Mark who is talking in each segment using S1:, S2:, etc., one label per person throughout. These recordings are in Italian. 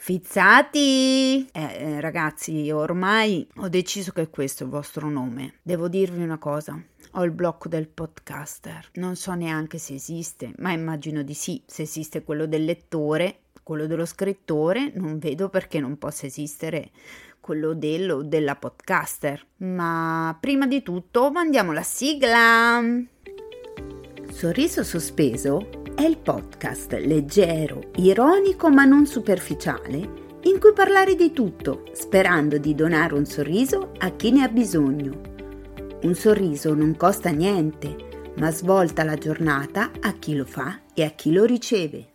S1: Fizzati! Ragazzi, ormai ho deciso che questo è il vostro nome. Devo dirvi una cosa. Ho il blocco del podcaster. Non so neanche se esiste, ma immagino di sì. Se esiste quello del lettore, quello dello scrittore, non vedo perché non possa esistere quello della podcaster. Ma prima di tutto mandiamo la sigla! Sorriso sospeso è il podcast leggero, ironico ma non superficiale in cui parlare di tutto, sperando di donare un sorriso a chi ne ha bisogno. Un sorriso non costa niente, ma svolta la giornata a chi lo fa e a chi lo riceve.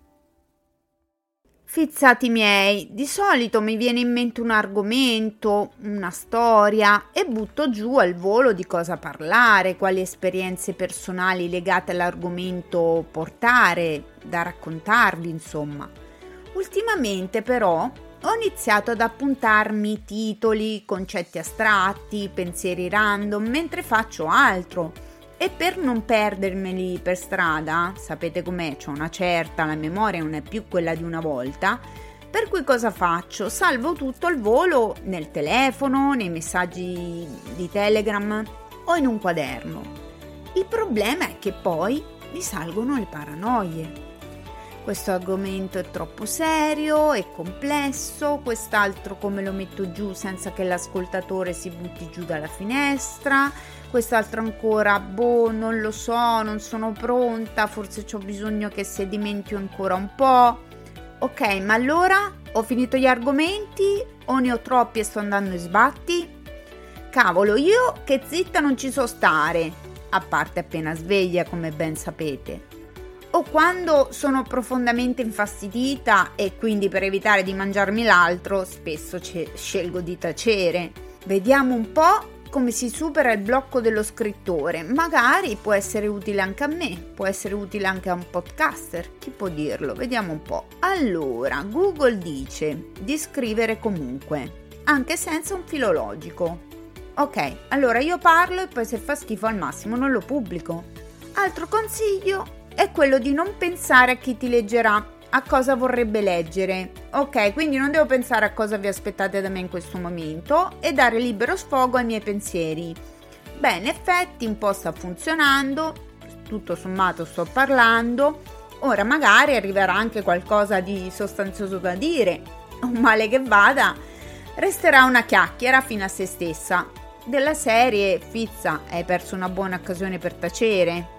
S1: Fizzati miei, di solito mi viene in mente un argomento, una storia e butto giù al volo di cosa parlare, quali esperienze personali legate all'argomento portare, da raccontarvi insomma. Ultimamente però ho iniziato ad appuntarmi titoli, concetti astratti, pensieri random mentre faccio altro. E per non perdermeli per strada, sapete com'è, c'ho una certa, la memoria non è più quella di una volta, per cui cosa faccio? Salvo tutto al volo nel telefono, nei messaggi di Telegram o in un quaderno. Il problema è che poi mi salgono le paranoie. Questo argomento è troppo serio, è complesso, quest'altro come lo metto giù senza che l'ascoltatore si butti giù dalla finestra, quest'altro ancora, non lo so, non sono pronta, forse c'ho bisogno che sedimenti ancora un po'. Ok, ma allora ho finito gli argomenti o ne ho troppi e sto andando in sbatti? Cavolo, io che zitta non ci so stare, a parte appena sveglia come ben sapete. O quando sono profondamente infastidita e quindi per evitare di mangiarmi l'altro spesso scelgo di tacere. Vediamo un po' come si supera il blocco dello scrittore. Magari può essere utile anche a me, può essere utile anche a un podcaster, chi può dirlo? Vediamo un po'. Allora, Google dice di scrivere comunque, anche senza un filologico. Ok, allora io parlo e poi se fa schifo al massimo non lo pubblico. Altro consiglio è quello di non pensare a chi ti leggerà, a cosa vorrebbe leggere. Ok, quindi non devo pensare a cosa vi aspettate da me in questo momento e dare libero sfogo ai miei pensieri. Beh, in effetti un po' sta funzionando, tutto sommato sto parlando, ora magari arriverà anche qualcosa di sostanzioso da dire, un male che vada, resterà una chiacchiera fino a se stessa. Della serie, Fizza, hai perso una buona occasione per tacere.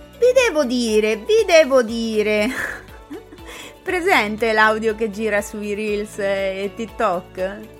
S1: Vi devo dire, presente l'audio che gira sui Reels e TikTok?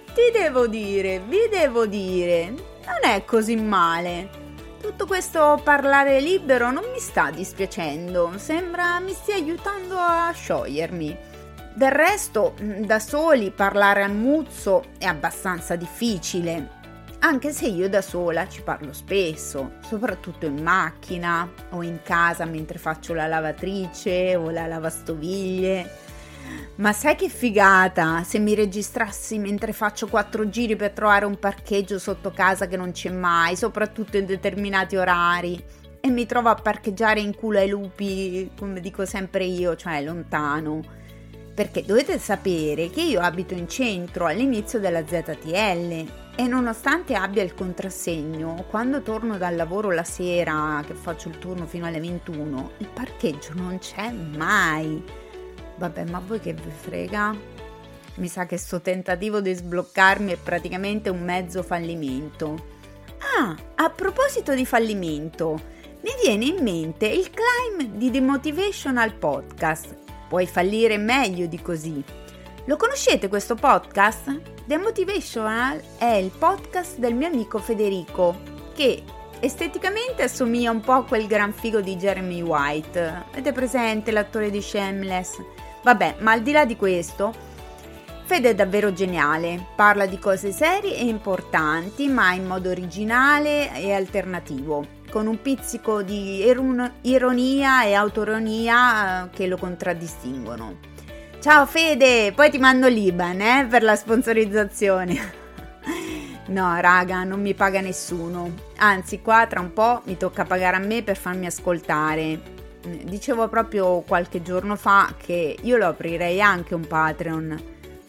S1: Vi devo dire, non è così male. Tutto questo parlare libero non mi sta dispiacendo, sembra mi stia aiutando a sciogliermi. Del resto, da soli parlare al muzzo è abbastanza difficile. Anche se io da sola ci parlo spesso, soprattutto in macchina o in casa mentre faccio la lavatrice o la lavastoviglie. Ma sai che figata se mi registrassi mentre faccio 4 giri per trovare un parcheggio sotto casa che non c'è mai, soprattutto in determinati orari, e mi trovo a parcheggiare in culo ai lupi, come dico sempre io, cioè lontano. Perché dovete sapere che io abito in centro all'inizio della ZTL e nonostante abbia il contrassegno, quando torno dal lavoro la sera, che faccio il turno fino alle 21, il parcheggio non c'è mai. Vabbè, ma voi che vi frega? Mi sa che sto tentativo di sbloccarmi è praticamente un mezzo fallimento. Ah, a proposito di fallimento, mi viene in mente il claim di The Motivational Podcast. Puoi fallire meglio di così. Lo conoscete questo podcast? The Motivational è il podcast del mio amico Federico, che esteticamente assomiglia un po' a quel gran figo di Jeremy White. Avete presente l'attore di Shameless? Vabbè, ma al di là di questo, Fede è davvero geniale. Parla di cose serie e importanti, ma in modo originale e alternativo, con un pizzico di ironia e autoironia che lo contraddistinguono. Ciao Fede, poi ti mando l'IBAN per la sponsorizzazione. No raga, non mi paga nessuno, anzi qua tra un po' mi tocca pagare a me per farmi ascoltare. Dicevo proprio qualche giorno fa che io lo aprirei anche un Patreon,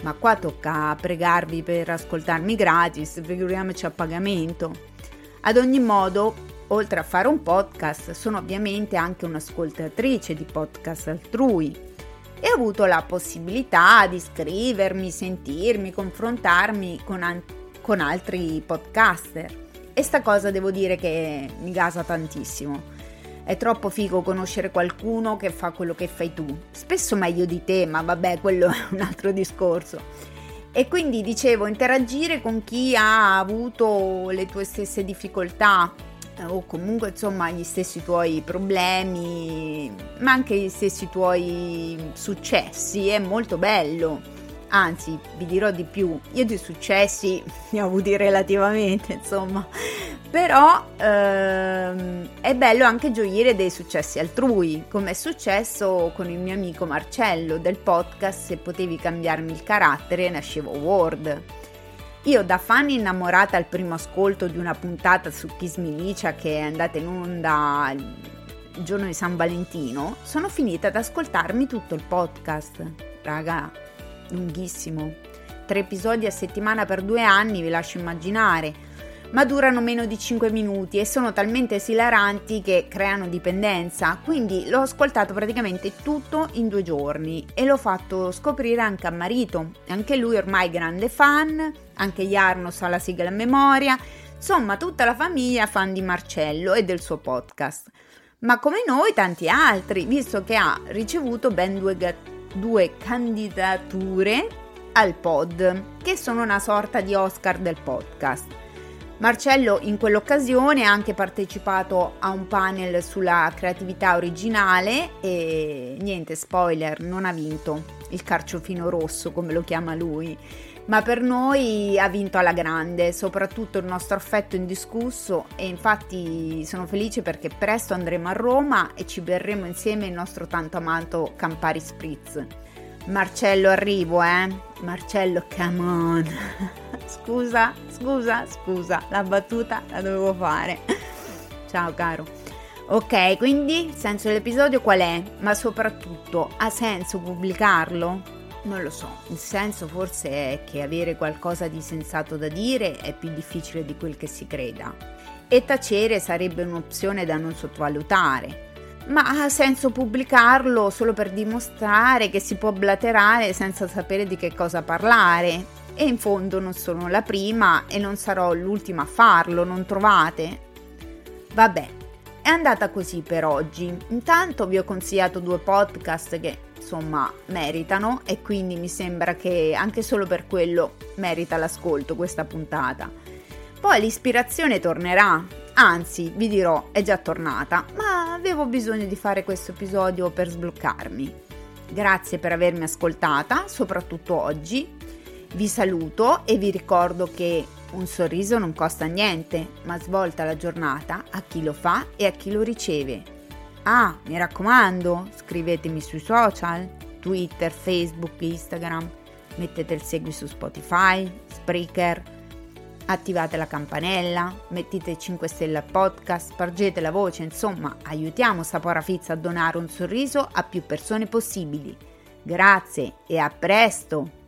S1: ma qua tocca pregarvi per ascoltarmi gratis, figuriamoci a pagamento. Ad ogni modo, oltre a fare un podcast, sono ovviamente anche un'ascoltatrice di podcast altrui e ho avuto la possibilità di scrivermi, sentirmi, confrontarmi con altri podcaster. E sta cosa devo dire che mi gasa tantissimo. È troppo figo conoscere qualcuno che fa quello che fai tu, spesso meglio di te, ma vabbè, quello è un altro discorso. E quindi dicevo, interagire con chi ha avuto le tue stesse difficoltà o comunque insomma gli stessi tuoi problemi, ma anche gli stessi tuoi successi è molto bello. Anzi, vi dirò di più, io di successi ne ho avuti relativamente, insomma, però è bello anche gioire dei successi altrui, come è successo con il mio amico Marcello del podcast Se potevi cambiarmi il carattere nascevo Word. Io da fan innamorata al primo ascolto di una puntata su Kiss Milicia che è andata in onda il giorno di San Valentino, sono finita ad ascoltarmi tutto il podcast, raga. Lunghissimo, 3 episodi a settimana per 2 anni, vi lascio immaginare, ma durano meno di 5 minuti e sono talmente esilaranti che creano dipendenza, quindi l'ho ascoltato praticamente tutto in 2 giorni e l'ho fatto scoprire anche a marito, anche lui ormai grande fan, anche Jarno sa la sigla a memoria, insomma tutta la famiglia fan di Marcello e del suo podcast, ma come noi tanti altri, visto che ha ricevuto ben 2 candidature al pod, che sono una sorta di Oscar del podcast. Marcello in quell'occasione ha anche partecipato a un panel sulla creatività originale e niente, spoiler, non ha vinto il carciofino rosso come lo chiama lui, ma per noi ha vinto alla grande, soprattutto il nostro affetto indiscusso e infatti sono felice perché presto andremo a Roma e ci berremo insieme il nostro tanto amato Campari Spritz. Marcello arrivo, Marcello, come on. Scusa, la battuta la dovevo fare. Ciao caro. Ok, quindi il senso dell'episodio qual è? Ma soprattutto, ha senso pubblicarlo? Non lo so, il senso forse è che avere qualcosa di sensato da dire è più difficile di quel che si creda e tacere sarebbe un'opzione da non sottovalutare, ma ha senso pubblicarlo solo per dimostrare che si può blaterare senza sapere di che cosa parlare e in fondo non sono la prima e non sarò l'ultima a farlo, non trovate? Vabbè, è andata così per oggi. Intanto vi ho consigliato 2 podcast che insomma meritano e quindi mi sembra che anche solo per quello merita l'ascolto questa puntata. Poi l'ispirazione tornerà, anzi vi dirò è già tornata, ma avevo bisogno di fare questo episodio per sbloccarmi. Grazie per avermi ascoltata, soprattutto oggi. Vi saluto e vi ricordo che un sorriso non costa niente, ma svolta la giornata a chi lo fa e a chi lo riceve. Ah, mi raccomando, scrivetemi sui social, Twitter, Facebook, Instagram, mettete il segui su Spotify, Spreaker, attivate la campanella, mettete 5 stelle al podcast, spargete la voce, insomma, aiutiamo Sapora Fizza a donare un sorriso a più persone possibili. Grazie e a presto!